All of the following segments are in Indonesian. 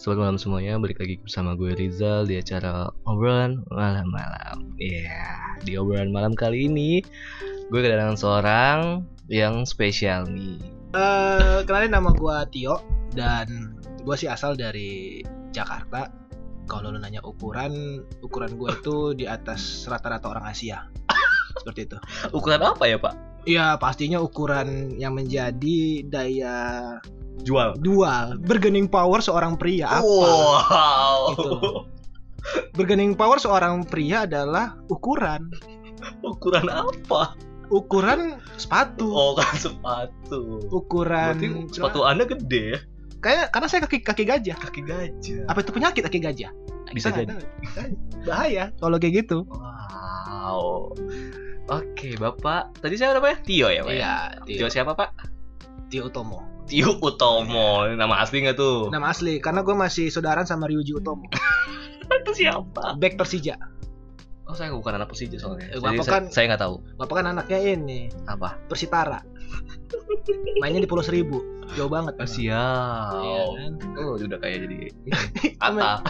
Selamat malam semuanya, balik lagi bersama gue Rizal di acara obrolan malam-malam. Di obrolan malam kali ini gue kedatangan seorang yang spesial nih. Kenalin, nama gue Tio dan gue sih asal dari Jakarta. Kalau lu nanya ukuran gue itu di atas rata-rata orang Asia. Seperti itu. Ukuran apa ya, Pak? Ya pastinya ukuran yang menjadi daya Jual. Bargaining power seorang pria apa? Wow. Gitu. Bargaining power seorang pria adalah ukuran. Ukuran apa? Ukuran sepatu. Oh, kan sepatu. Ukuran Berarti sepatu Anda gede ya? karena saya kaki gajah. Kaki gajah. Apa itu penyakit kaki gajah? Bisa Kita jadi. nggak tahu. Bahaya kalau kayak gitu. Wow. Oke, Bapak. Tadi saya namanya Tio ya, Pak? Iya, Tio siapa, Pak? Tio Utomo. Tio Utomo. Nama asli nggak tuh? Nama asli, karena gue masih saudaraan sama Ryuji Utomo. Itu siapa? Back Persija. Oh, saya bukan anak Persija soalnya. Bapak Jadi saya nggak tahu. Bapak kan anaknya ini Apa? Persitara. Mainnya di Pulau Seribu. Jauh banget. Oh, siap. Iya kan? Oh, udah kayak jadi Atta.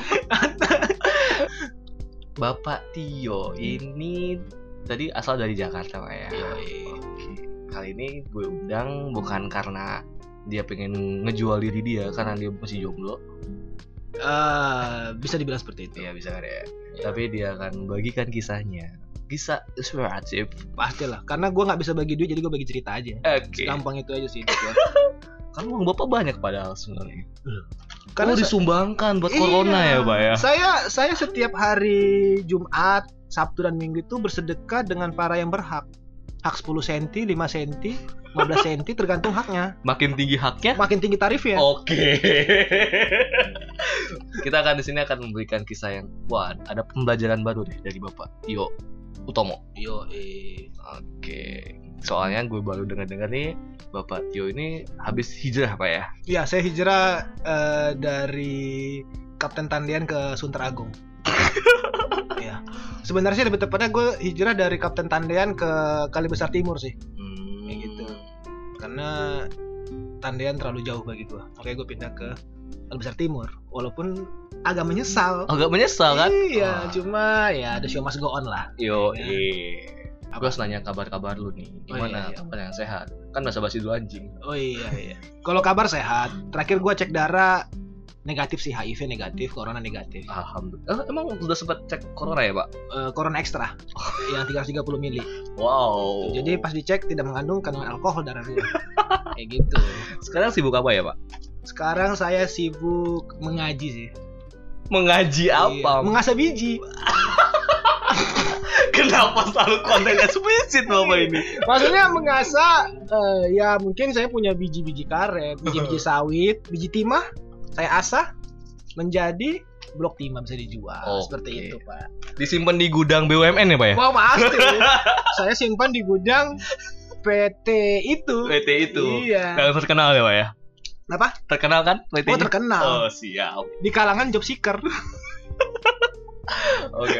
Bapak Tio ini tadi asal dari Jakarta, Pak ya. Oke. Kali ini gue undang bukan karena dia pengen ngejual diri dia, karena dia masih jomblo. Bisa dibilang seperti itu. Iya, bisa kan ya. Iya. Tapi dia akan bagikan kisahnya. Kisah inspiratif. Pastilah, karena gue nggak bisa bagi duit, jadi gue bagi cerita aja. Oke. Gampang itu aja sih. Kan uang Bapak banyak padahal sebenarnya. Karena disumbangkan buat Iya. corona ya, Pak ya. Saya setiap hari Jumat, Sabtu dan Minggu itu bersedekah dengan para yang berhak. Hak 10 cm, 5 cm, 15 cm tergantung haknya. Makin tinggi haknya, Makin tinggi tarifnya. oke. Kita akan di sini akan memberikan kisah yang ada pembelajaran baru deh dari Bapak Tio Utomo. Yo, Oke. Soalnya gue baru dengar nih Bapak Tio ini habis hijrah, Pak ya. Ya, saya hijrah dari Kapten Tandian ke Sunter Agung. Ya. Sebenarnya sih lebih tepatnya gue hijrah dari Kapten Tandian ke Kali Besar Timur sih. Kayak gitu. Karena Tandian terlalu jauh bagi gue. Makanya gue pindah ke Kali Besar Timur. Walaupun agak menyesal. Agak menyesal kan? Iya, cuma ya ada show must go on lah. Yo, Ya. Gue harus nanya kabar-kabar lu nih. Gimana? Iya. Kabar yang sehat? Kan basa-basi dulu anjing. Oh iya. Kalau kabar sehat. Terakhir gue cek darah negatif sih, HIV negatif, corona negatif. Alhamdulillah. Emang udah sempat cek corona ya, Pak? Corona ekstra yang 330 mili. Wow. Jadi pas dicek tidak mengandung kandungan alkohol darah gue. Kayak gitu. Sekarang sibuk apa ya, Pak? Sekarang saya sibuk mengaji sih. Mengaji apa? Iya, mengasah biji. Kenapa selalu konten eksplisit Bapak ini? Maksudnya mengasah ya mungkin saya punya biji-biji karet, biji-biji sawit, biji timah. Saya asah menjadi blok timah bisa dijual. Oke. Seperti itu, Pak. Disimpan di gudang BUMN ya, Pak ya? Wah, pasti. Saya simpan di gudang PT itu. PT itu. Iya. Yang terkenal ya, Pak ya? Apa? Terkenal kan PT? Oh, terkenal. Oh, siap. Di kalangan job seeker. Oke.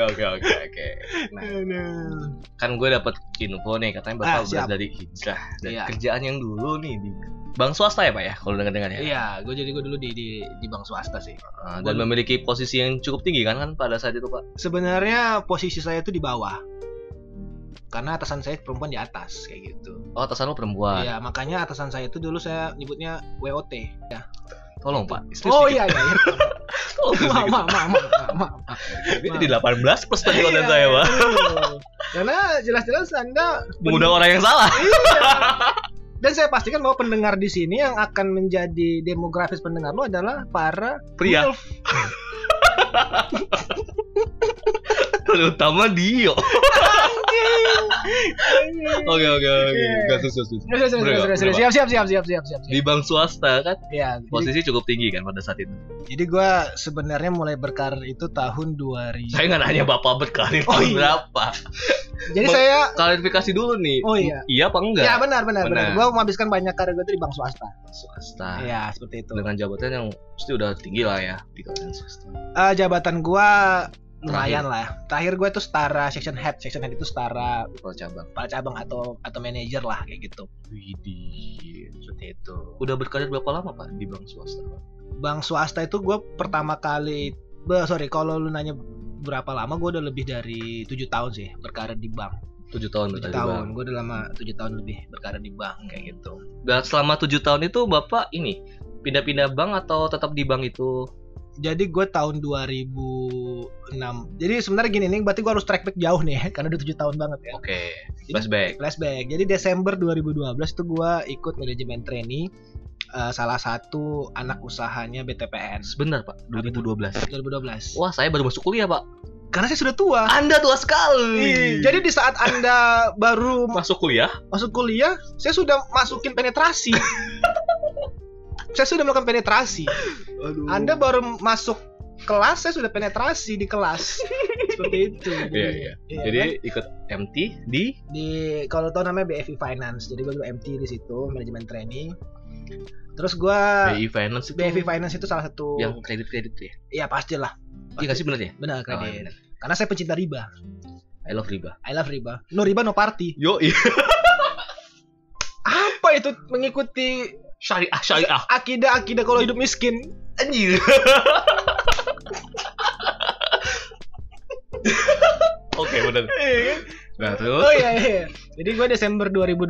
Nah, kan gue dapet info nih, katanya Bapak siap. dari hijrah dari Iya. kerjaan yang dulu nih di bank swasta ya, Pak ya? Kalau dengar-dengar ya. Iya, gue dulu di bank swasta sih. Dan memiliki posisi yang cukup tinggi kan pada saat itu, Pak? Sebenarnya posisi saya itu di bawah. Karena atasan saya perempuan di atas kayak gitu. Oh, atasan lo perempuan. Iya, makanya atasan saya itu dulu saya nyebutnya WOT. Ya. Tolong, Pak. Oh iya. Tolong. Maaf. Ini di 18 plus tadi konten saya, Pak. Karena jelas-jelas Anda Mengundang orang yang salah. Iya. Dan saya pastikan bahwa pendengar di sini yang akan menjadi demografis pendengar lu adalah para Pria. MILF. Terutama Dio. Oke. Gak susah. Siap. Di bank swasta kan Ya, posisi cukup tinggi kan pada saat itu. jadi gue sebenarnya mulai berkarir itu tahun 2000. Saya nggak nanya Bapak berkarir Oh, tahun iya. berapa. Jadi saya Klarifikasi dulu nih. Oh, iya. Iya apa enggak? ya benar. Gue menghabiskan banyak karir gue itu di bank swasta. Swasta. Ya, seperti itu. Dengan jabatan yang pasti udah tinggi lah ya di kalangan swasta. Jabatan gue lumayan lah. Terakhir gue tuh setara section head. Section head itu setara kepala cabang atau manajer lah kayak gitu. Widih. Seperti itu. Udah berkarir berapa lama, Pak, di bank swasta? Bank swasta itu gue pertama kali, kalau lu nanya berapa lama, gue udah lebih dari 7 tahun sih berkarir di bank. 7 tahun 7 tahun, gue udah lama 7 tahun lebih berkarir di bank kayak gitu. Dan selama 7 tahun itu Bapak ini pindah-pindah bank atau tetap di bank itu? Jadi gue tahun 2006. Jadi sebenarnya gini nih, berarti gue harus track back jauh nih karena udah 7 tahun banget ya. Oke. Flashback. Jadi Desember 2012 itu gue ikut manajemen trainee salah satu anak usahanya BTPN. Sebentar Pak, 2012. Wah, saya baru masuk kuliah Pak. Karena saya sudah tua. Anda tua sekali. Jadi di saat Anda baru masuk kuliah, saya sudah masukin penetrasi. Saya sudah melakukan penetrasi. Aduh. Anda baru masuk kelas, saya sudah penetrasi di kelas. Seperti itu. Iya. Jadi kan? Ikut MT di kalau tahu namanya BFI Finance. Jadi gue MT di situ, manajemen trainee. Terus gue BFI Finance itu salah satu yang kredit ya. Iya pastilah. Iya kasih bener ya? Benar kredit. Karena saya pecinta riba. I love riba. No riba no party. Yo. Apa itu mengikuti syariah. Akidah kalau hidup miskin. Anjir. Oke, benar. Nah, terus. Oh iya. Jadi gue Desember 2012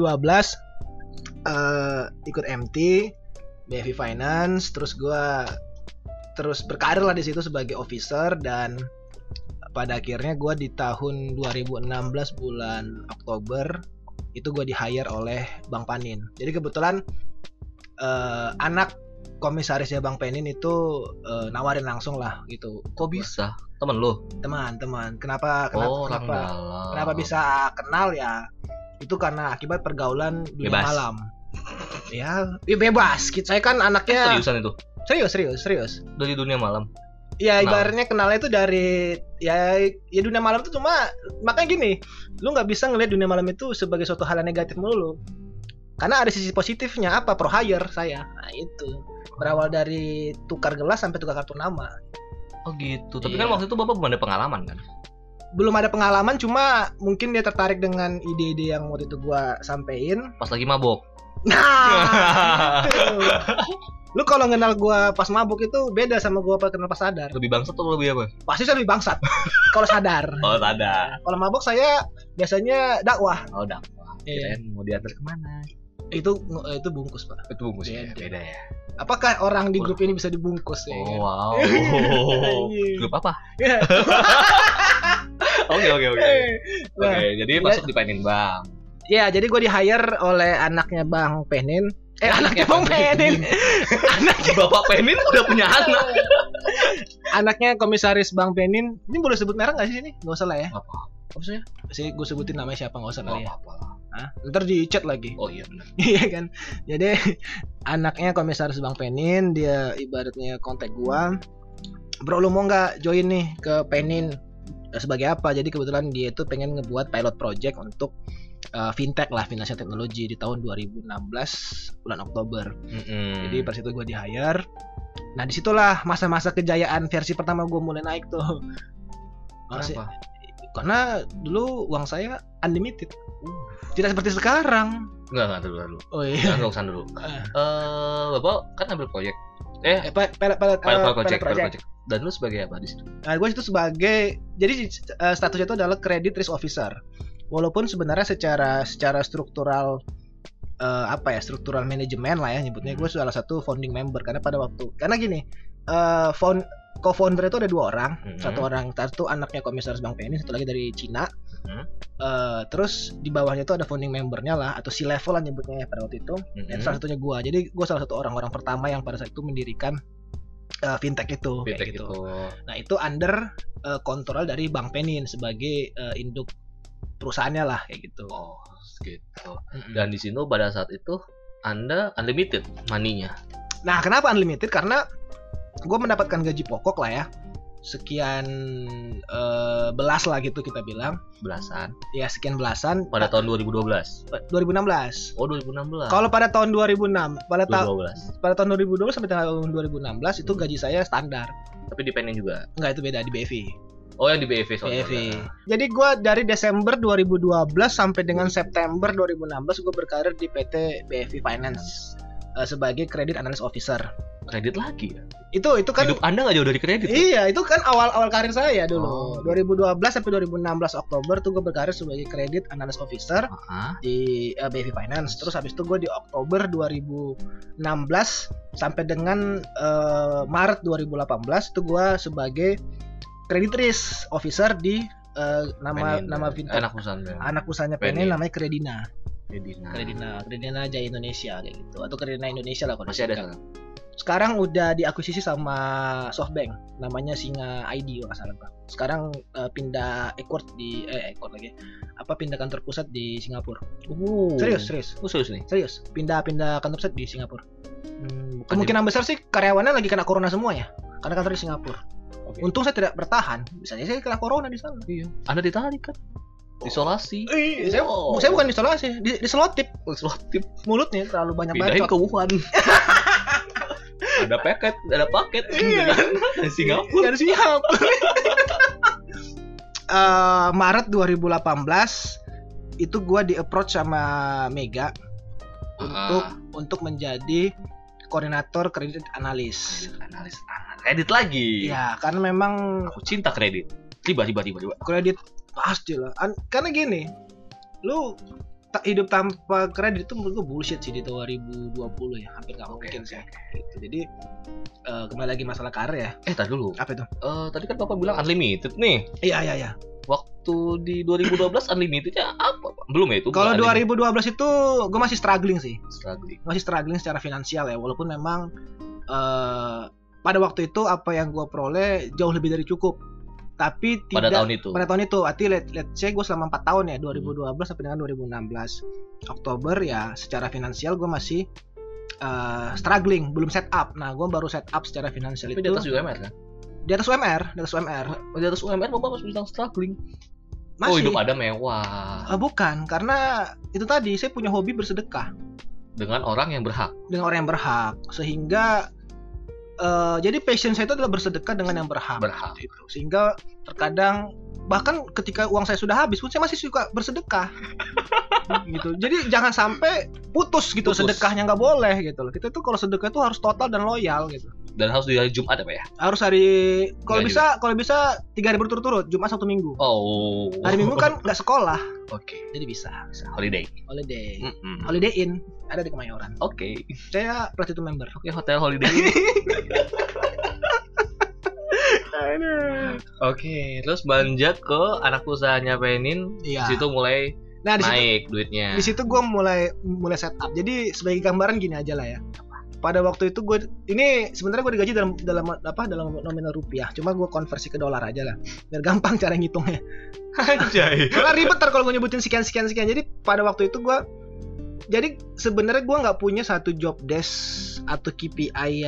ikut MT BFI Finance, terus gue berkarir lah di situ sebagai officer, dan pada akhirnya gue di tahun 2016 bulan Oktober itu gue di hire oleh Bank Panin. Jadi kebetulan anak komisarisnya Bank Panin itu nawarin langsung lah gitu. Kok bisa? Temen lo? Teman. Kenapa bisa kenal ya? Itu karena akibat pergaulan dunia malam. Ya bebas. Saya kan anaknya seriusan itu? Serius. Dari dunia malam. Ya ibaratnya kenalnya itu dari ya dunia malam itu, cuma makanya gini, lu nggak bisa ngelihat dunia malam itu sebagai suatu hal yang negatif melulu. Karena ada sisi positifnya, apa? Pro hire saya. Nah itu berawal dari tukar gelas sampai tukar kartu nama. Oh gitu. Tapi kan waktu itu Bapak belum ada pengalaman kan? Belum ada pengalaman, cuma mungkin dia tertarik dengan ide-ide yang waktu itu gua sampein. Pas lagi mabok. Nah. Gitu. Lu kalau kenal gua pas mabuk itu beda sama gua pas kenal pas sadar. Lebih bangsat atau lebih apa? Pasti saya lebih bangsat. Kalau sadar. Oh sadar. Kalau mabuk saya biasanya dakwah. Oh dakwah. Iya. Mau diantar kemana? Itu bungkus Pak. Itu bungkus ya. Beda ya. Apakah orang di grup ini bisa dibungkus? Oh ya? Wow. Grup apa? Oke. Nah, jadi masuk di Panin Bank. Ya, jadi gue di hire oleh anaknya Bang Penin. Anaknya Bang Penin. Anaknya Bapak Penin udah punya anak. Anaknya komisaris Bang Penin. Ini boleh sebut merek nggak sih ini? Nggak usah lah ya. Apa? Maksudnya? Sih gue sebutin namanya siapa, nggak usah lah ya. Apa? Hah? Ntar di chat lagi. Oh iya benar. Iya kan. Jadi anaknya komisaris Bang Penin, dia ibaratnya kontak gua. Bro, lu mau nggak join nih ke Penin? Sebagai apa? Jadi kebetulan dia itu pengen ngebuat pilot project untuk fintech lah, financial technology di tahun 2016 bulan Oktober. Jadi pas itu gue di hire. Nah disitulah masa-masa kejayaan versi pertama gue mulai naik tuh. Kenapa? Karena dulu uang saya unlimited. Tidak seperti sekarang. Enggak dulu. Oh iya. Enggak usah dulu. Bapak kan ambil proyek. Pilot project. Dan lu sebagai apa di situ? Nah, gue itu sebagai, jadi statusnya itu adalah credit risk officer. Walaupun sebenarnya secara struktural struktural manajemen lah ya nyebutnya, gue salah satu founding member karena gini, co-founder itu ada 2 orang, satu anaknya komisaris Bank PNI, satu lagi dari Cina. Terus di bawahnya itu ada founding membernya lah, atau C-level lah nyebutnya ya pada waktu itu. Dan salah satunya gue. Jadi gue salah satu orang-orang pertama yang pada saat itu mendirikan fintech itu. Nah itu under kontrol dari Bank Penin sebagai induk perusahaannya lah kayak gitu. Oh gitu. Dan di sini pada saat itu Anda unlimited money-nya. Nah kenapa unlimited? Karena gue mendapatkan gaji pokok lah ya, sekian belas lah gitu kita bilang. Belasan? Ya sekian belasan. Pada tahun 2012? 2016. Oh 2016. Kalau pada tahun 2006, pada tahun 2012 sampai tahun 2016 itu gaji saya standar. Tapi di Penin juga? Enggak, itu beda di BFI. Oh yang di BFI soalnya. Jadi gue dari Desember 2012 sampai dengan September 2016 gue berkarir di PT BFI Finance sebagai Credit Analyst Officer. Kredit lagi ya? Itu kan Hidup Anda nggak jauh dari kredit? iya, itu kan awal karir saya Oh. dulu. 2012 sampai 2016 Oktober tuh gue berkarir sebagai credit analyst officer di BV Finance. Terus habis itu gue di Oktober 2016 sampai dengan Maret 2018 itu gue sebagai credit risk officer di nama fintech. Anak perusahaannya Penin namanya Kredina Jaya Indonesia kayak gitu, atau Kredina Indonesia lah kalau masih ada disingkat. Sekarang udah diakuisisi sama SoftBank, namanya Singa ID kalau nggak salah Bang. Sekarang pindah pindah kantor pusat di Singapura. Serius. Serius nih. Serius. Pindah kantor pusat di Singapura. Kemungkinan besar sih karyawannya lagi kena corona semua ya, karena kantor di Singapura. Okay. Untung saya tidak bertahan, misalnya saya kena corona di sana. Iya. Anda ditarik kan? Isolasi. Saya bukan isolasi, diselotip. Mulutnya terlalu banyak Pindahin bacot. ke Wuhan. ada paket dari Singapura. Dari Singapura. Maret 2018 itu gue di approach sama Mega untuk menjadi koordinator kredit analis. Kredit lagi. Ya, karena memang aku cinta kredit. Tiba. Kredit pasti lah. Karena gini, lu hidup tanpa kredit itu menurut gue bullshit sih di 2020 ya, hampir nggak mungkin sih. Gitu. Jadi kembali lagi masalah karir ya. Tadi dulu. Apa itu? Tadi kan Bapak bilang unlimited nih. Iya. Waktu di 2012 unlimitednya apa? Belum ya itu? Kalau 2012 itu gue masih struggling sih. Masih struggling secara finansial ya, walaupun memang pada waktu itu apa yang gue peroleh jauh lebih dari cukup. Tapi tidak pada tahun itu. Arti let's say gue selama 4 tahun ya, 2012 sampai dengan 2016 Oktober ya, secara finansial gue masih struggling, belum set up. Nah, gue baru set up secara finansial itu. Di atas UMR kan? Di atas UMR. Di atas UMR Bapak masih bilang struggling. Masih. Hidup ada mewah. Bukan, karena itu tadi saya punya hobi bersedekah dengan orang yang berhak. Sehingga jadi passion saya itu adalah bersedekah dengan yang berhak. Gitu. Sehingga terkadang bahkan ketika uang saya sudah habis pun saya masih suka bersedekah. Gitu. Jadi jangan sampai putus sedekahnya, nggak boleh gitu loh. Kita tuh kalau sedekah itu harus total dan loyal gitu. Dan harus di hari Jumat apa ya? Harus hari kalau bisa 3 hari berturut-turut, Jumat Sabtu Minggu. Oh. Hari Minggu kan nggak sekolah. Oke. Jadi bisa. Holiday. Holiday Inn ada di Kemayoran. Oke. Saya Platinum member. Hotel Holiday Inn. Oke, terus beranjak ke anak usahanya Penin. Iya. Di situ mulai naik duitnya. Di situ gue mulai set up. Jadi sebagai gambaran gini aja lah ya. Pada waktu itu sebenarnya gue digaji dalam nominal rupiah. Cuma gue konversi ke dolar aja lah, biar gampang cara ngitungnya. Anjay. Karena ribet kalau gue nyebutin sekian. Jadi pada waktu itu sebenarnya gue nggak punya satu job desk atau KPI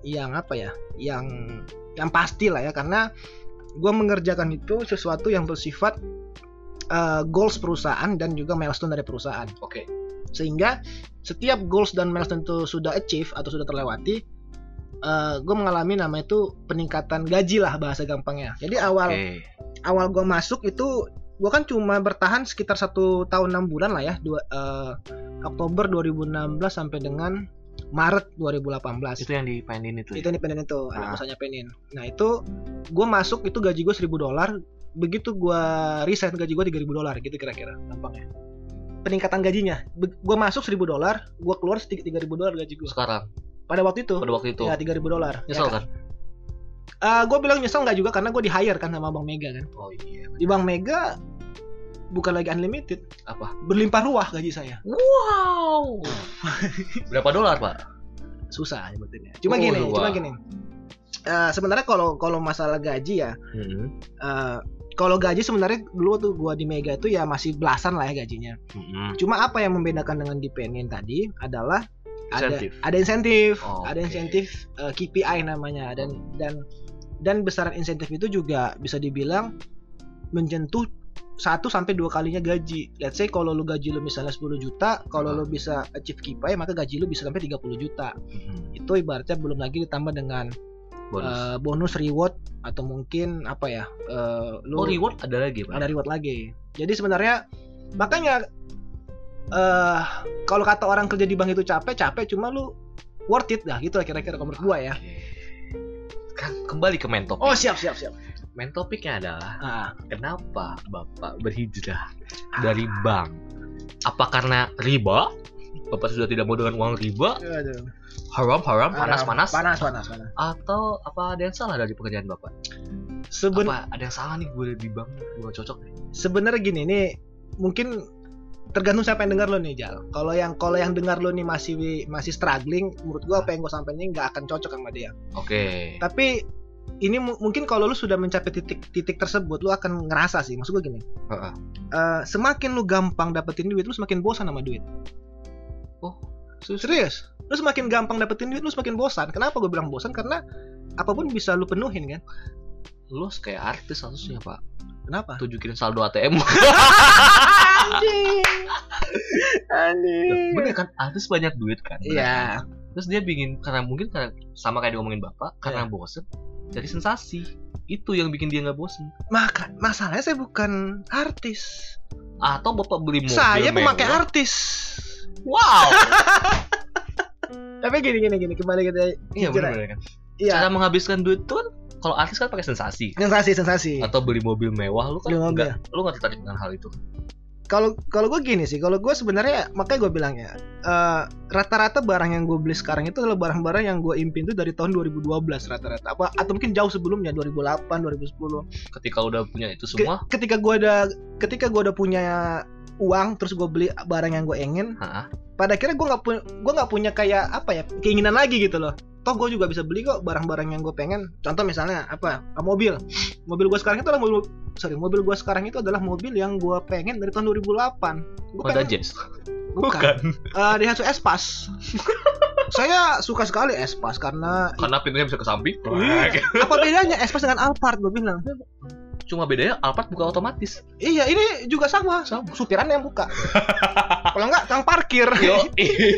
yang pasti lah ya, karena gue mengerjakan itu sesuatu yang bersifat goals perusahaan dan juga milestone dari perusahaan. Oke. Sehingga setiap goals dan milestone itu sudah achieve atau sudah terlewati, gue mengalami nama itu peningkatan gaji lah bahasa gampangnya. Jadi awal gue masuk itu gue kan cuma bertahan sekitar 1 tahun 6 bulan lah ya, Oktober 2016 sampai dengan Maret 2018. Itu yang di Penin itu. Itu yang di Penin itu, anak usahanya Penin. Nah itu gue masuk itu gaji gue $1.000. Begitu gue resign gaji gue $3.000 gitu kira-kira gampangnya. Peningkatan gajinya, gue masuk $1.000, gue keluar $3.000 gaji gue. Sekarang. Pada waktu itu. Ya $3.000. Nyesel kan? Gue bilang nyesel nggak juga, karena gue di hire kan sama Bank Mega kan. Oh iya. Di Bank Mega bukan lagi unlimited. Apa? Berlimpah ruah gaji saya. Wow. Berapa dolar Pak? Susah nyebutinnya. Cuma gini. Sebenarnya kalau masalah gaji ya. Kalau gaji sebenarnya dulu tuh gua di Mega itu ya masih belasan lah ya gajinya. Cuma apa yang membedakan dengan di Penin tadi adalah ada insentif, ada insentif KPI namanya, dan besaran insentif itu juga bisa dibilang menyentuh 1-2 kalinya gaji. Let's say kalau lu gaji lu misalnya 10 juta, kalau lu bisa achieve KPI maka gaji lu bisa sampai 30 juta. Itu ibaratnya belum lagi ditambah dengan bonus reward atau mungkin apa ya, reward ada lagi Pak? Ada reward lagi. Jadi sebenarnya makanya kalau kata orang kerja di bank itu capek, cuma lu worth it dah gitu lah kira-kira menurut gua ya. Kan kembali ke main topik. Oh siap. Main topiknya adalah kenapa Bapak berhijrah dari bank? Apa karena riba? Bapak sudah tidak mau dengan uang riba? Aduh. Haram, panas. Panas. Atau apa ada yang salah dari pekerjaan Bapak? Apa ada yang salah nih gue di bank, gue cocok nih? Sebenarnya gini, nih mungkin tergantung siapa yang dengar lo nih, Jal. Kalau yang dengar lo nih masih struggling, menurut gue apa yang gue sampaikan ini nggak akan cocok sama dia. Oke. Tapi ini mungkin kalau lu sudah mencapai titik tersebut, lu akan ngerasa sih. Maksud gue gini, semakin lu gampang dapetin duit, lu semakin bosan sama duit. Oh, serius? Lu semakin gampang dapetin duit, lu semakin bosan. Kenapa gue bilang bosan? Karena apapun bisa lu penuhin kan. Lu kayak artis harusnya, Pak. Kenapa? Tunjukin saldo ATM. Anjing. Bener kan, artis banyak duit kan. Iya. Terus dia karena sama kayak diomongin Bapak, karena bosen cari sensasi. Itu yang bikin dia nggak bosen. Masalahnya saya bukan artis. Atau Bapak beli mobil saya pemakai mewah. artis. Wow. Tapi gini kembali kita. Iya benar kan. Iya. Cara menghabiskan duit tuh kan, kalau artis kan pakai sensasi. Sensasi. Atau beli mobil mewah, lu kan nggak tertarik dengan hal itu. Kalau gue gini sih, kalau gue sebenarnya makanya gue bilang ya, rata-rata barang yang gue beli sekarang itu adalah barang-barang yang gue impin itu dari tahun 2012 rata-rata, atau mungkin jauh sebelumnya 2008, 2010. Ketika udah punya itu semua, ketika gue udah punya uang, terus gue beli barang yang gue ingin, pada akhirnya gue nggak punya kayak apa ya, keinginan lagi gitu loh. Toh gue juga bisa beli kok barang-barang yang gue pengen. Contoh misalnya mobil gue sekarang itu adalah mobil gue sekarang itu adalah mobil yang gue pengen dari tahun 2008. Honda Jazz. Bukan. Daihatsu S-Pass. Saya suka sekali S-Pass karena pintunya bisa ke samping. Apa bedanya S-Pass dengan Alphard, gue bilang? Cuma bedanya Alphard buka otomatis. Iya, ini juga sama. Supiran yang buka. Kalau enggak, tukang parkir. Yo.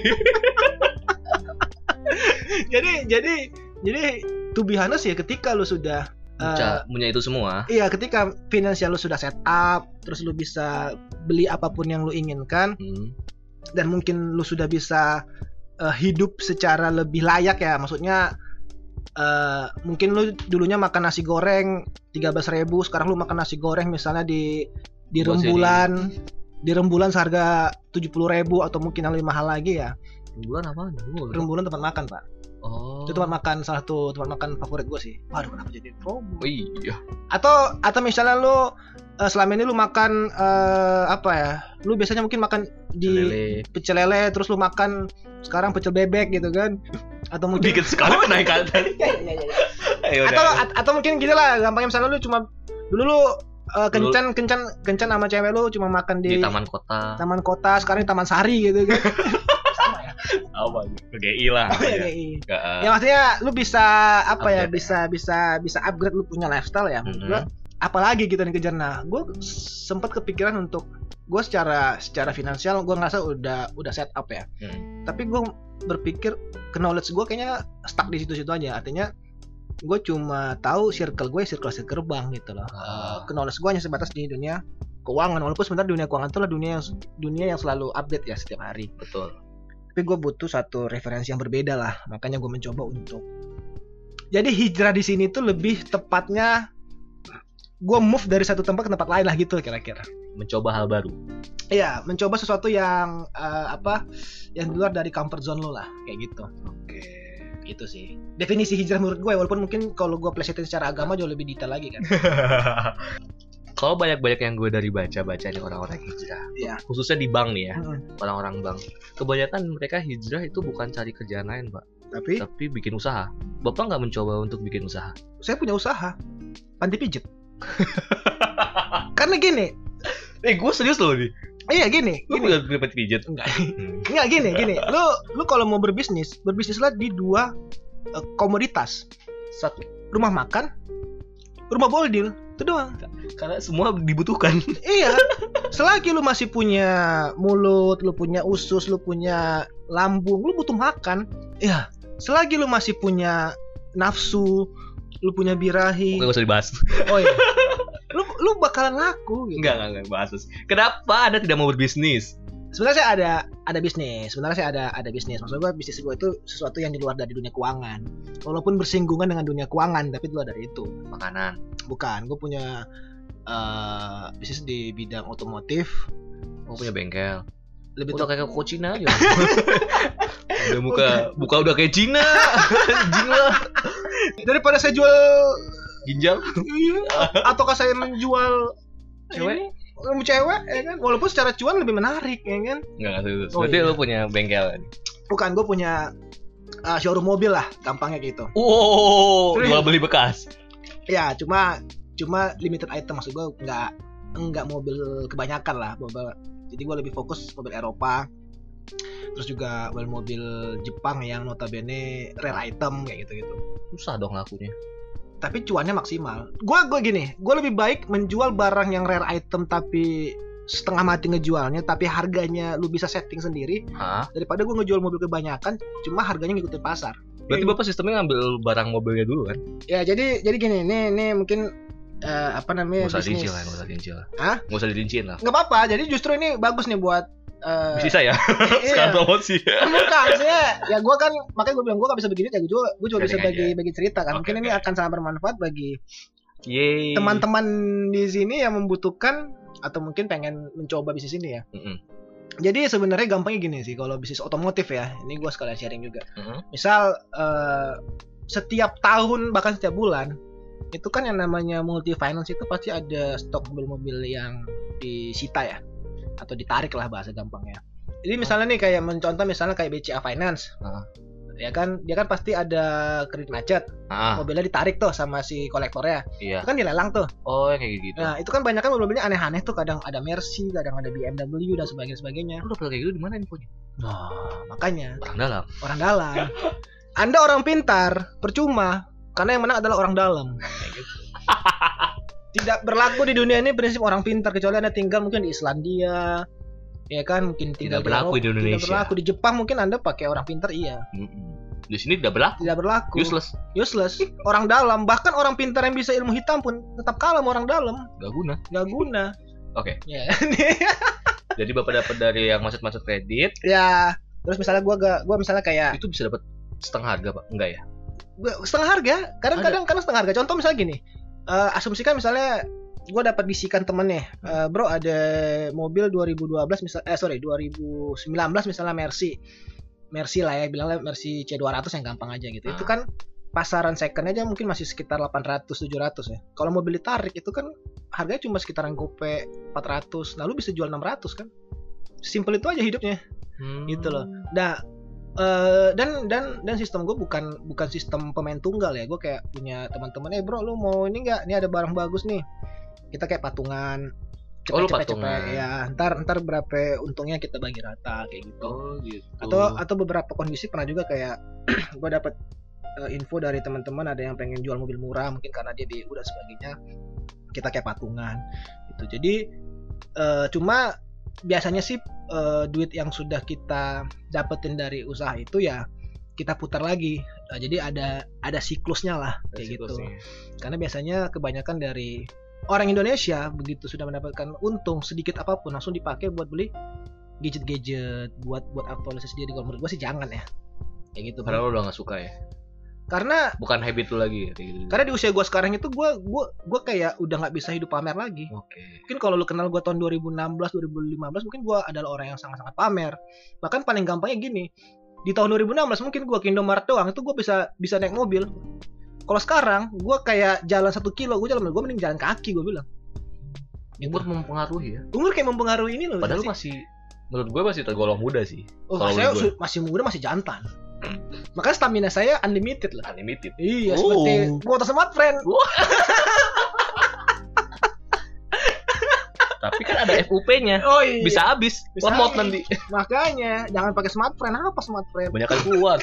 jadi to be honest ya, ketika lu sudah punya itu semua. Iya, ketika finansial lu sudah set up, terus lu bisa beli apapun yang lu inginkan, dan mungkin lu sudah bisa hidup secara lebih layak ya. Maksudnya mungkin lu dulunya makan nasi goreng 13.000, sekarang lu makan nasi goreng misalnya di rembulan seharga 70.000 atau mungkin yang lebih mahal lagi ya. Rembulan apa? Rembulan tempat makan, Pak. Oh. Itu tempat makan, salah satu tempat makan favorit gue sih. Waduh, kenapa jadi promo? Oh, iya. Atau misalnya lu selama ini lu makan lu biasanya mungkin makan di pecel lele, terus lu makan sekarang pecel bebek gitu kan? Atau mungkin dikit sekali kenaikan tadi. Iya. Atau mungkin gitu lah, gampangnya misalnya lu cuma dulu lu kencan sama cewek lu cuma makan di Taman Kota, sekarang di Taman Sari gitu kan. Sama ya. Apa gitu? GI lah. GI. Ya maksudnya lu bisa bisa upgrade lu punya lifestyle ya. Gua apalagi gitu nih kejar. Nah, gue sempat kepikiran untuk gue secara finansial gue ngerasa udah set up ya. Tapi gue berpikir knowledge gue kayaknya stuck di situ-situ aja. Artinya gue cuma tahu circle bank gitu loh. Knowledge gue hanya sebatas di dunia keuangan, walaupun sebenarnya dunia keuangan itu adalah dunia yang selalu update ya setiap hari. Betul. Tapi gue butuh satu referensi yang berbeda lah, makanya gue mencoba untuk jadi hijrah di sini tuh lebih tepatnya gue move dari satu tempat ke tempat lain lah gitu kira-kira. Mencoba hal baru. Iya, mencoba sesuatu yang yang di luar dari comfort zone lo lah, kayak gitu. Oke. Gitu sih definisi hijrah menurut gue, walaupun mungkin kalau gue plesetin secara agama jauh lebih detail lagi kan. Kalau banyak yang gue dari baca nih orang-orang hijrah, khususnya di bank nih ya, orang-orang bank, kebanyakan mereka hijrah itu bukan cari kerjaan lain, Pak, tapi bikin usaha. Bapak nggak mencoba untuk bikin usaha? Saya punya usaha panti pijat. Karena gini, gue serius loh nih. Iya gini. Lu punya panti pijat? Enggak gini. Lu kalau mau berbisnislah di dua komoditas. Satu, rumah makan, rumah boldil. Itu doang. Karena semua dibutuhkan. Iya. Selagi lu masih punya mulut, lu punya usus, lu punya lambung, lu butuh makan. Iya. Selagi lu masih punya nafsu, lu punya birahi. Enggak usah dibahas. Oh iya. Lu bakalan laku gitu. Enggak bahas. Kenapa Anda tidak mau berbisnis? Sebenarnya saya ada bisnis. Sebenarnya saya ada bisnis. Maksud gue bisnis gue itu sesuatu yang di luar dari dunia keuangan. Walaupun bersinggungan dengan dunia keuangan, tapi di luar dari itu. Makanan. Bukan. Gue punya bisnis di bidang otomotif. Oh, punya bengkel. Lebih udah kayak koko Cina aja. Udah buka udah kayak Cina. Anjing lah. Daripada saya jual ginjal. Ataukah saya menjual cewek? Cewek ya kan, walaupun secara cuan lebih menarik ya kan. Enggak serius. Berarti lu punya bengkel. Bukan, gue punya showroom mobil lah, gampangnya gitu. Jual beli bekas. Ya, cuma limited item, maksud gue enggak mobil kebanyakan lah, mobil. Jadi gue lebih fokus mobil Eropa. Terus juga mobil Jepang yang notabene rare item kayak gitu-gitu. Susah dong lakunya. Tapi cuannya maksimal. Gue gini, gue lebih baik menjual barang yang rare item tapi setengah mati ngejualnya, tapi harganya lu bisa setting sendiri. Daripada gue ngejual mobil kebanyakan, cuma harganya ngikutin pasar. Berarti bapak sistemnya ngambil barang mobilnya dulu kan? Ya jadi gini, nih mungkin apa namanya? Nggak usah dirinci lah. Nggak usah dirinciin lah. Nggak apa-apa. Jadi justru ini bagus nih buat bisnis saya. Sekarang promosi. Bukan sih ya gue kan makanya gue bilang gue gak bisa begini ya gue juga bisa bagi cerita kan. Mungkin ini akan sangat bermanfaat bagi teman-teman di sini yang membutuhkan atau mungkin pengen mencoba bisnis ini ya. Jadi sebenarnya gampangnya gini sih kalau bisnis otomotif ya. Ini gue sekalian sharing juga. Misal setiap tahun bahkan setiap bulan itu kan yang namanya multi finance itu pasti ada stok mobil-mobil yang disita ya, atau ditarik lah bahasa gampangnya. Jadi misalnya nih kayak mencontoh misalnya kayak BCA Finance, ya kan dia kan pasti ada kredit macet, mobilnya ditarik tuh sama si kolektornya, itu kan dilelang tuh. Oh kayak gitu. Nah itu kan banyak kan mobilnya aneh-aneh tuh, kadang ada Mercy, kadang ada BMW dan sebagainya. Lu dapet kayak gitu di mana infonya? Nah makanya orang dalam. Anda orang pintar, percuma, karena yang menang adalah orang dalam. Kayak gitu. Tidak berlaku di dunia ini prinsip orang pintar, kecuali Anda tinggal mungkin di Islandia, ya kan, mungkin tinggal tidak berlaku di Indonesia. Tidak berlaku di Jepang, mungkin Anda pakai orang pintar iya. Di sini tidak berlaku. Useless. Orang dalam, bahkan orang pintar yang bisa ilmu hitam pun tetap kalah sama orang dalam. Gak guna. Oke. Ya. Jadi Bapak dapat dari yang macet-macet kredit. Ya. Terus misalnya gua misalnya kayak itu bisa dapat setengah harga, Pak? Enggak ya? Setengah harga. Kadang setengah harga. Contoh misalnya gini. Asumsikan misalnya gue dapat bisikan temennya, bro ada mobil 2019 misalnya Mercy lah ya, bilangnya Mercy C200 yang gampang aja gitu. Itu kan pasaran second aja mungkin masih sekitar 800-700 ya. Kalau mobil ditarik itu kan harganya cuma sekitaran gope 400, lalu bisa jual 600 kan. Simpel itu aja hidupnya. Gitu loh. Nah, dan sistem gue bukan sistem pemain tunggal ya. Gue kayak punya teman-teman, bro lu mau ini nggak, ini ada barang bagus nih, kita kayak patungan, cepet ya, ntar berapa untungnya kita bagi rata kayak gitu. Atau beberapa kondisi pernah juga kayak gue dapat info dari teman-teman ada yang pengen jual mobil murah mungkin karena dia BU dan sebagainya, kita kayak patungan gitu. Jadi cuma biasanya sih duit yang sudah kita dapetin dari usaha itu ya kita putar lagi. Jadi ada siklusnya lah kayak gitu. Karena biasanya kebanyakan dari orang Indonesia begitu sudah mendapatkan untung sedikit apapun langsung dipakai buat beli gadget-gadget, buat aktualisasi diri. Kalau menurut gue sih jangan ya. Kayak gitu. Karena lo udah gak suka ya. Karena bukan habit lu lagi kayak gitu. Karena di usia gue sekarang itu gue kayak udah nggak bisa hidup pamer lagi. Mungkin kalau lu kenal gue tahun 2016 2015 mungkin gue adalah orang yang sangat-sangat pamer. Bahkan paling gampangnya gini, di tahun 2016 mungkin gue ke Indomaret doang itu gue bisa naik mobil. Kalau sekarang gue kayak jalan 1 kilo gue mending jalan kaki, gue bilang. Umur mempengaruhi ya. Umur kayak mempengaruhi ini loh. Padahal menurut gue masih tergolong muda sih. Saya masih muda, masih jantan. Makanya stamina saya unlimited lah. Unlimited. Iya, seperti kuota smart friend. Tapi kan ada FUP-nya. Oh iya. Bisa habis. Lemot nanti. Makanya jangan pakai smart friend. Apa smart friend? Banyak kan kuat.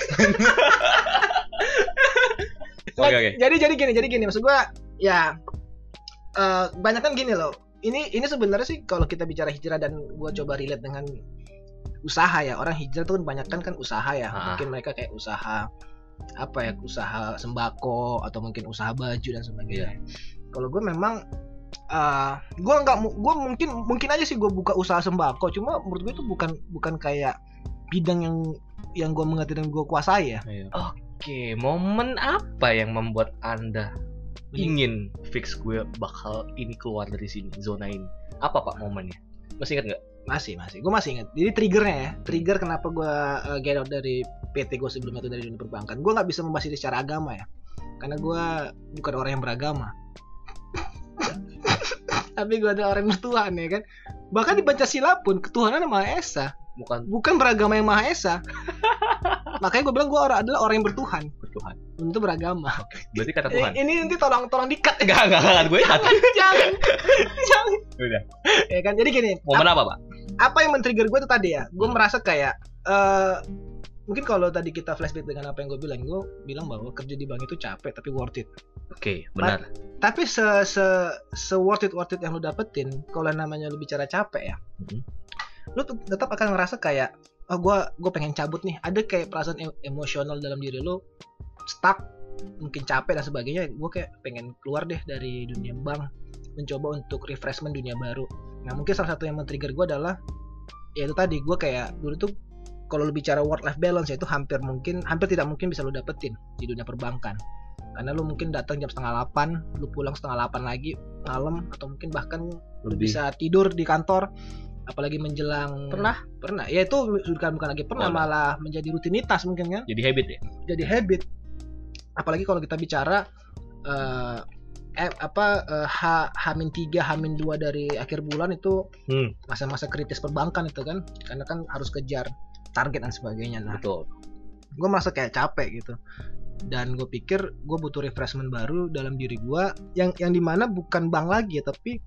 Oke. Jadi gini maksud gua ya banyak kan gini loh. Ini sebenarnya sih kalau kita bicara hijrah dan gua coba relate dengan usaha ya, orang hijrah tuh kebanyakan kan usaha ya. Mungkin mereka kayak usaha apa ya, usaha sembako atau mungkin usaha baju dan sebagainya. Kalau gue memang gue mungkin aja sih gue buka usaha sembako, cuma menurut gue itu bukan kayak bidang yang gue mengerti dan gue kuasai ya. Oke, momen apa yang membuat Anda ingin fix gue bakal ini keluar dari sini, zona ini? Apa Pak momennya? Masih ingat nggak? Masih, gue masih ingat. Jadi trigger kenapa gue get out dari PT gue sebelumnya itu dari dunia perbankan. Gue nggak bisa membahas ini secara agama ya, karena gue bukan orang yang beragama. Tapi gue adalah orang yang bertuhan ya kan. Bahkan di Pancasila pun ketuhanan Maha Esa. Bukan beragama yang Maha Esa. Makanya gue bilang gue adalah orang yang bertuhan. Untuk beragama. Oke. Berarti kata Tuhan. Ini nanti tolong dikat. Enggak, gue jangan. Udah. Ya kan, jadi gini. Momen apa Pak? Apa yang men-trigger gue itu tadi ya? Gue merasa kayak mungkin kalau tadi kita flashback dengan apa yang gue bilang bahwa kerja di bank itu capek tapi worth it. Oke, benar. Tapi se worth it yang lu dapetin, kalau namanya lu bicara capek ya, lu tetap akan ngerasa kayak, gue pengen cabut nih. Ada kayak perasaan emosional dalam diri lu, stuck, mungkin capek dan sebagainya. Gue kayak pengen keluar deh dari dunia bank, mencoba untuk refreshment dunia baru. Nah mungkin salah satu yang men-trigger gue adalah, ya itu tadi, gue kayak dulu tuh kalau lu bicara work life balance ya itu hampir tidak mungkin bisa lu dapetin di dunia perbankan. Karena lu mungkin datang jam 7:30, lu pulang 7:30 lagi malam, atau mungkin bahkan lu bisa tidur di kantor, apalagi menjelang pernah ya itu bukan lagi pernah, malah menjadi rutinitas mungkin kan. Jadi habit ya. Jadi habit. Apalagi kalau kita bicara H-3, H-2 dari akhir bulan itu masa-masa kritis perbankan itu kan, karena kan harus kejar target dan sebagainya. Nah, betul. Gue merasa kayak capek gitu, dan gue pikir gue butuh refreshment baru dalam diri gue yang dimana bukan bank lagi ya, tapi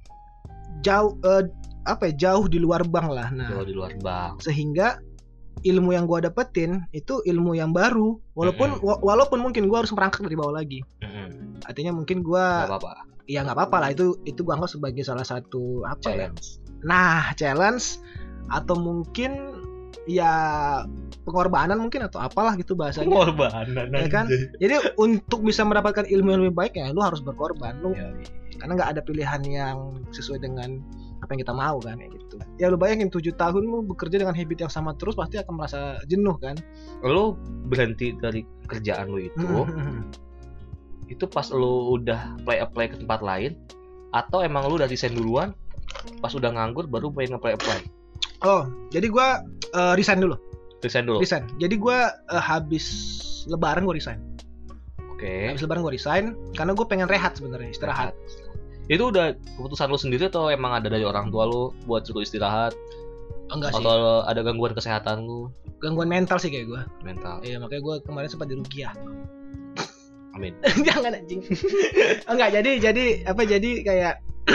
jauh di luar bank lah. Nah, jauh di luar bank. Sehingga ilmu yang gue dapetin itu ilmu yang baru, walaupun mungkin gue harus merangkak dari bawah lagi. Artinya mungkin gue nggak apa-apa lah, itu gue anggap sebagai salah satu challenge. Nah, challenge atau mungkin ya pengorbanan mungkin, atau apalah gitu bahasanya. Pengorbanan ya kan? Jadi untuk bisa mendapatkan ilmu yang lebih baik ya lu harus berkorban. Karena nggak ada pilihan yang sesuai dengan apa yang kita mau kan, kayak gitu. Ya lu bayangin 7 tahun lu bekerja dengan habit yang sama terus, pasti akan merasa jenuh kan. Lu berhenti dari kerjaan lu itu itu pas lu udah apply ke tempat lain, atau emang lu udah resign duluan pas udah nganggur baru pengen apply? Jadi gue resign dulu. Jadi gue habis Lebaran gue resign. Oke. Habis Lebaran gue resign karena gue pengen rehat sebenarnya, istirahat. Itu udah keputusan lu sendiri atau emang ada dari orang tua lu buat suruh istirahat? Enggak sih. Atau ada gangguan kesehatan lu? Gangguan mental sih kayak gue. Mental. Iya, makanya gue kemarin sempat diruqyah. Amin. Jangan anjing. Enggak, jadi kayak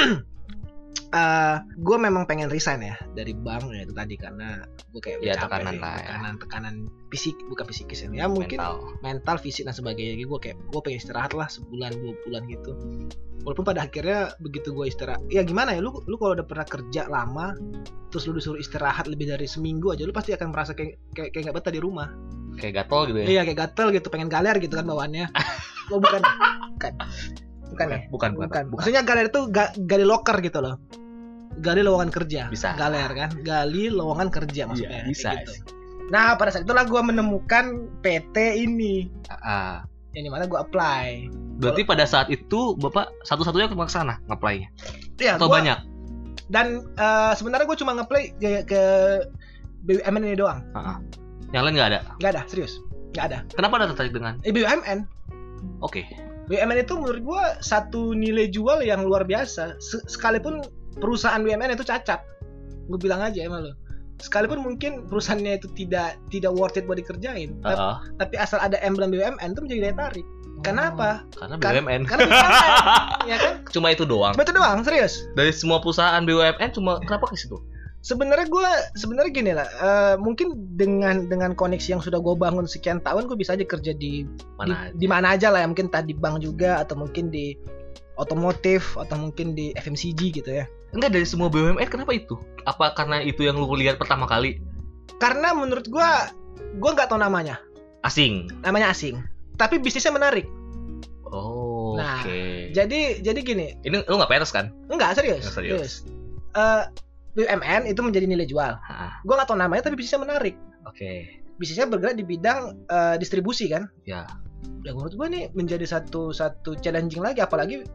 gue memang pengen resign ya dari bank ya itu tadi, karena gue kayak ya, capek tekanan fisik, bukan fisikis ya mungkin mental, fisik dan sebagainya. Gue pengen istirahat lah sebulan 2 bulan gitu. Walaupun pada akhirnya begitu gue istirahat, ya gimana ya, lu kalau udah pernah kerja lama terus lu disuruh istirahat lebih dari seminggu aja, lu pasti akan merasa kayak nggak betah di rumah, kayak gatel gitu ya. Iya, kayak gatel gitu, pengen galer gitu kan bawaannya. Bukan ya? Bukan. Maksudnya galer itu gali loker gitu loh. Gali lowongan kerja. Bisa. Galer kan? Gali lowongan kerja maksudnya. Iya, bisa. Gitu. Nah, pada saat itulah gue menemukan PT ini. Yang dimana gue apply. Berarti pada saat itu Bapak satu-satunya ke sana nge-apply-nya? Iya, atau banyak? Dan sebenarnya gue cuma nge-apply ke BUMN ini doang. Yang lain nggak ada? Nggak ada, serius. Nggak ada. Kenapa Anda tertarik dengan BUMN? Oke. BUMN itu menurut gue satu nilai jual yang luar biasa. Sekalipun perusahaan BUMN itu cacat, gue bilang aja emang lo. Sekalipun mungkin perusahaannya itu tidak worth it buat dikerjain, tapi asal ada emblem BUMN itu menjadi daya tarik. Kenapa? Karena BUMN. Karena BUMN, ya kan? Cuma itu doang. Serius. Dari semua perusahaan BUMN cuma kenapa ke situ? Sebenarnya gini lah, mungkin dengan koneksi yang sudah gue bangun sekian tahun, gue bisa aja kerja di mana aja lah ya, mungkin tadi bank juga, atau mungkin di otomotif, atau mungkin di FMCG gitu ya. Enggak, dari semua BUMN kenapa itu? Apa karena itu yang lu lihat pertama kali? Karena menurut gue nggak tahu namanya. Namanya asing. Tapi bisnisnya menarik. Nah, jadi gini. Ini lu nggak peres kan? Enggak, serius. BUMN itu menjadi nilai jual. Gue nggak tahu namanya tapi bisnisnya menarik. Bisnisnya bergerak di bidang distribusi kan? Ya. Ya menurut gue nih menjadi satu challenging lagi, apalagi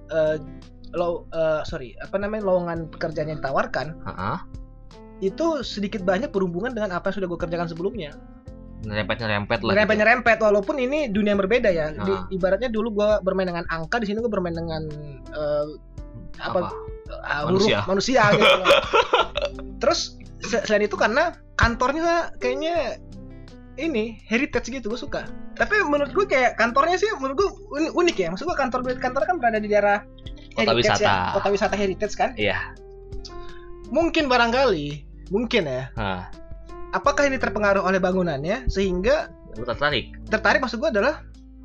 lowongan pekerjaan yang ditawarkan. Itu sedikit banyak berhubungan dengan apa yang sudah gue kerjakan sebelumnya. Nyerempet lah. Nyerempet walaupun ini dunia yang berbeda ya. Ibaratnya dulu gue bermain dengan angka, di sini gue bermain dengan manusia gitu. Terus selain itu karena kantornya kayaknya ini heritage gitu, gue suka. Tapi menurut gue kayak kantornya sih menurut gue unik ya. Maksud gue kantor kan berada di daerah kota wisata heritage kan? Iya. Mungkin ya. Apakah ini terpengaruh oleh bangunannya sehingga lu tertarik maksud gue adalah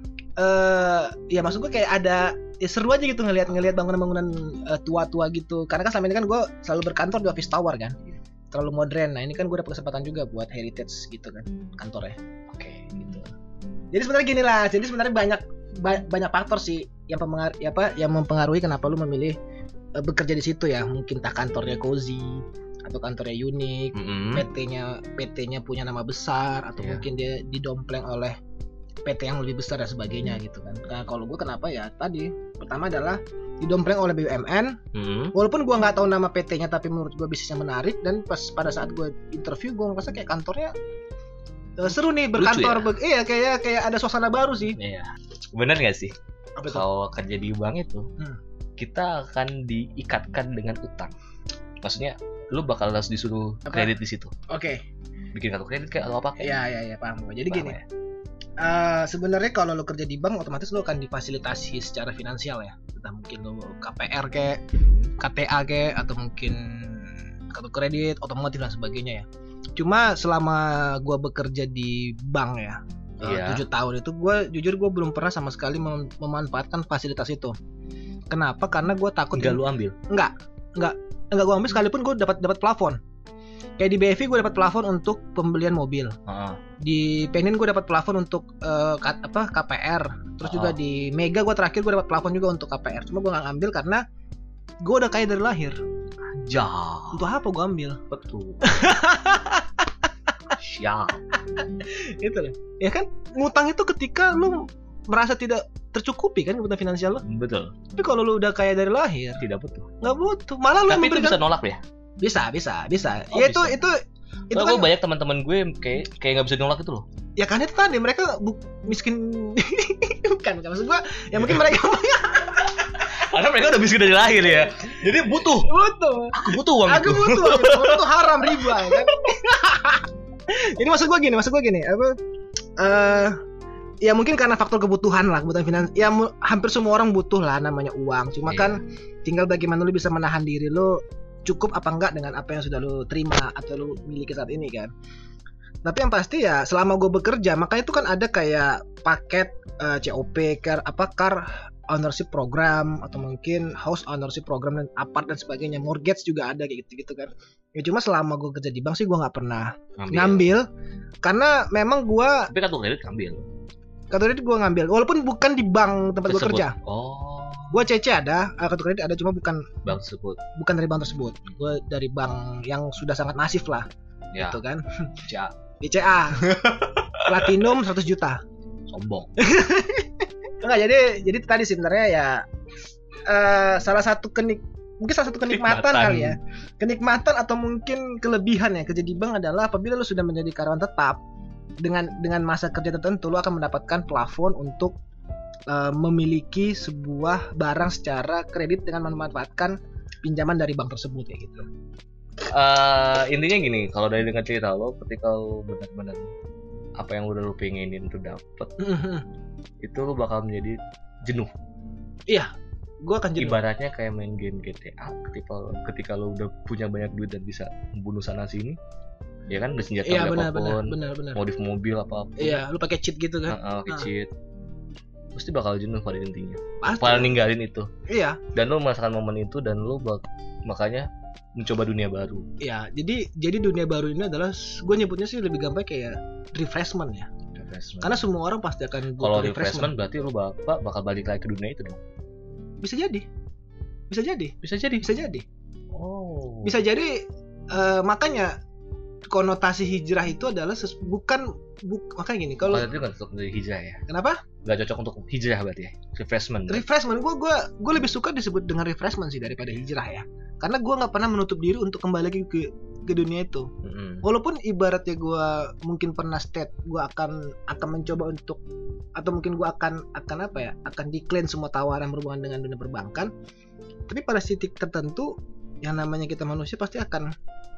ya maksud gue kayak ada seru aja gitu ngelihat bangunan-bangunan tua-tua gitu. Karena kan selama ini kan gue selalu berkantor di office tower kan. Terlalu modern. Nah, ini kan gue dapat kesempatan juga buat heritage gitu kan kantornya. Gitu. Jadi sebenarnya gini lah. Jadi sebenarnya banyak faktor sih yang mempengaruhi kenapa lu memilih bekerja di situ ya. Mungkin entah kantornya cozy atau kantornya unik, PT-nya punya nama besar, atau mungkin dia didompleng oleh PT yang lebih besar dan sebagainya gitu kan. Nah, kalau gue kenapa ya tadi pertama adalah didompleng oleh BUMN, walaupun gue nggak tahu nama PT-nya tapi menurut gue bisnisnya menarik, dan pada saat gue interview gue ngerasa kayak kantornya seru nih berkantor. Iya kayak ada suasana baru sih. Iya. Bener nggak sih? Kalau kerja di bank itu kita akan diikatkan dengan utang. Maksudnya lu bakal harus disuruh kredit di situ. Bikin kartu kredit kayak atau apa? Iya, paham. Jadi paham, gini. Ya? Sebenarnya kalau lu kerja di bank otomatis lu akan difasilitasi secara finansial ya. Entah mungkin lu KPR kayak KTA kayak atau mungkin kartu kredit, otomotif dan sebagainya ya. Cuma selama gua bekerja di bank ya, 7 tahun itu gue belum pernah sama sekali memanfaatkan fasilitas itu. Kenapa? Karena gue takut. Lu ambil? Enggak gue ambil, sekalipun gue dapat plafon. Kayak di BFI gue dapat plafon untuk pembelian mobil. Di Penin gue dapat plafon untuk KPR. Terus juga di Mega gue terakhir gue dapat plafon juga untuk KPR. Cuma gue nggak ambil karena gue udah kaya dari lahir. Untuk apa gue ambil? Betul. Siap. Itu loh. Ya kan ngutang itu ketika lu merasa tidak tercukupi kan kebutuhan finansial lo. Betul. Tapi kalau lu udah kaya dari lahir, tidak butuh. Nggak butuh. Malah lu tapi itu bisa nolak ya? Bisa. Oh, ya bisa. itu kan gue banyak teman-teman gue kayak nggak bisa nolak itu loh. Ya kan itu tadi mereka miskin. bukan maksud gue. Ya mungkin mereka karena mereka udah miskin dari lahir ya. Jadi butuh. Aku butuh uang itu. Itu haram riba kan. Ini maksud gue gini ya mungkin karena faktor kebutuhan finansial. Ya hampir semua orang butuh lah namanya uang. Cuma kan tinggal bagaimana lu bisa menahan diri lu cukup apa enggak dengan apa yang sudah lu terima atau lu miliki saat ini kan. Tapi yang pasti ya selama gue bekerja, makanya itu kan ada kayak paket COP, car ownership program atau mungkin house ownership program dan apart dan sebagainya, mortgage juga ada kayak gitu kan. Ya cuma selama gue kerja di bank sih gue nggak pernah ngambil karena memang gue. Tapi kartu kredit ngambil. Kartu kredit gue ngambil, walaupun bukan di bank tempat gue kerja. Gue CC ada, kartu kredit ada, cuma bukan bank tersebut. Bukan dari bank tersebut. Gue dari bank yang sudah sangat masif lah, gitu kan. BCA. Platinum 100 juta. Sombong. Enggak, jadi tadi sebenarnya ya salah satu kenikmatan kali ya. Kenikmatan atau mungkin kelebihan ya kerja di bank adalah apabila lu sudah menjadi karyawan tetap dengan masa kerja tertentu lu akan mendapatkan plafon untuk memiliki sebuah barang secara kredit dengan memanfaatkan pinjaman dari bank tersebut ya gitu. Intinya gini, kalau dari dengan cerita lo, ketika lo benar-benar apa yang udah lo pengenin tuh dapet, itu lo bakal menjadi jenuh. Iya, gue akan jenuh. Ibaratnya kayak main game GTA, ketika lo udah punya banyak duit dan bisa membunuh sana sini, ya kan udah senjata apapun, modif mobil apapun. Iya, lu pakai cheat gitu kan? Pakai cheat. Pasti bakal jenuh pada intinya. Pasti. Ninggalin itu. Iya. Dan lo merasakan momen itu dan lo makanya mencoba dunia baru. Iya, jadi dunia baru ini adalah gue nyebutnya sih lebih gampang kayak refreshment ya. Karena semua orang pasti akan kalau refreshment berarti lo bakal balik lagi ke dunia itu dong. Bisa jadi. Bisa jadi. Makanya konotasi hijrah itu adalah makanya gini kalau itu nggak cocok dari hijrah ya. Kenapa? Nggak cocok untuk hijrah berarti ya. Refreshment. Gue lebih suka disebut dengan refreshment sih daripada hijrah ya. Karena gue nggak pernah menutup diri untuk kembali lagi ke dunia itu. Walaupun ibaratnya gue mungkin pernah gue akan mencoba untuk, atau mungkin gue akan decline semua tawaran berhubungan dengan dunia perbankan. Tapi pada titik tertentu yang namanya kita manusia pasti akan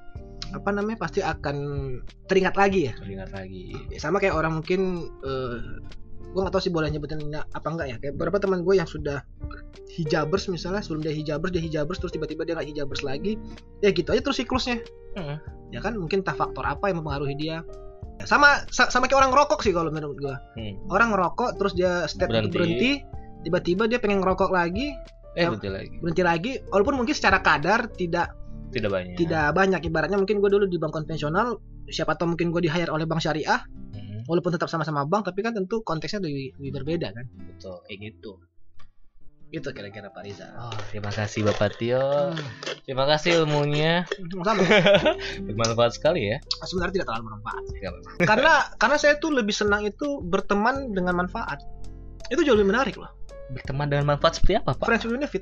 teringat lagi ya. Sama kayak orang mungkin gue nggak tahu sih boleh nyebutin apa enggak ya. Kayak beberapa teman gue yang sudah hijabers misalnya, sebelum dia hijabers terus tiba-tiba dia nggak hijabers lagi. Ya gitu aja terus siklusnya. Ya kan mungkin entah faktor apa yang mempengaruhi dia. Sama kayak orang ngerokok sih kalau menurut gue. Orang ngerokok terus dia step untuk berhenti, tiba-tiba dia pengen ngerokok lagi. Berhenti lagi, walaupun mungkin secara kadar tidak banyak. Ibaratnya mungkin gue dulu di bank konvensional, siapa tahu mungkin gue di hire oleh bank syariah, walaupun tetap sama-sama bank, tapi kan tentu konteksnya lebih berbeda kan. Betul, kayak gitu. Itu kira-kira Pak Riza. Terima kasih Bapak Tio. Terima kasih ilmunya. Sama. Bermanfaat sekali ya. Sebenarnya tidak terlalu bermanfaat. Karena saya tuh lebih senang itu berteman dengan manfaat. Itu jauh lebih menarik loh. Berteman dengan manfaat seperti apa, Pak? Friends with benefit.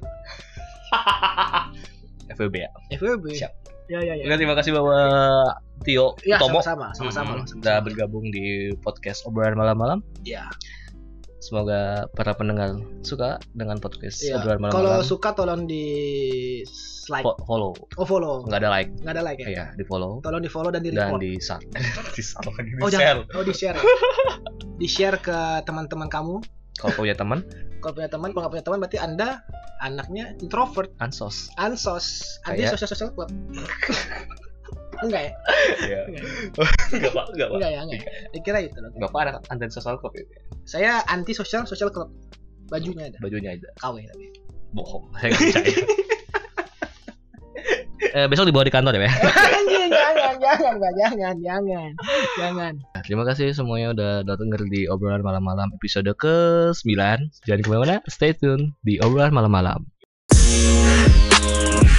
FWB ya. Siap. Ya. Terima kasih Bapak Tio Utomo. Sama-sama. Sudah bergabung di podcast obrolan malam-malam. Ya. Semoga para pendengar suka dengan podcast obrolan malam-malam. Kalau suka tolong di like. Follow. Follow. Nggak ada like ya? Iya, di follow. Tolong di follow dan di report. Dan di share. Di share. Di share ke teman-teman kamu. Kalau punya teman berarti Anda anaknya introvert. Ansos. Anda social club. Enggak ya? Iya. Enggak, Pak. Enggak ya. Dikira itu loh. Bapak ada anti social club itu. Saya anti social club. Bajunya ada. KW tapi. Bohong. Saya enggak percaya. Besok dibawa di kantor ya, jangan. Terima kasih semuanya udah datang di obrolan malam-malam episode ke-9. Jangan kemana-mana, stay tune di obrolan malam-malam.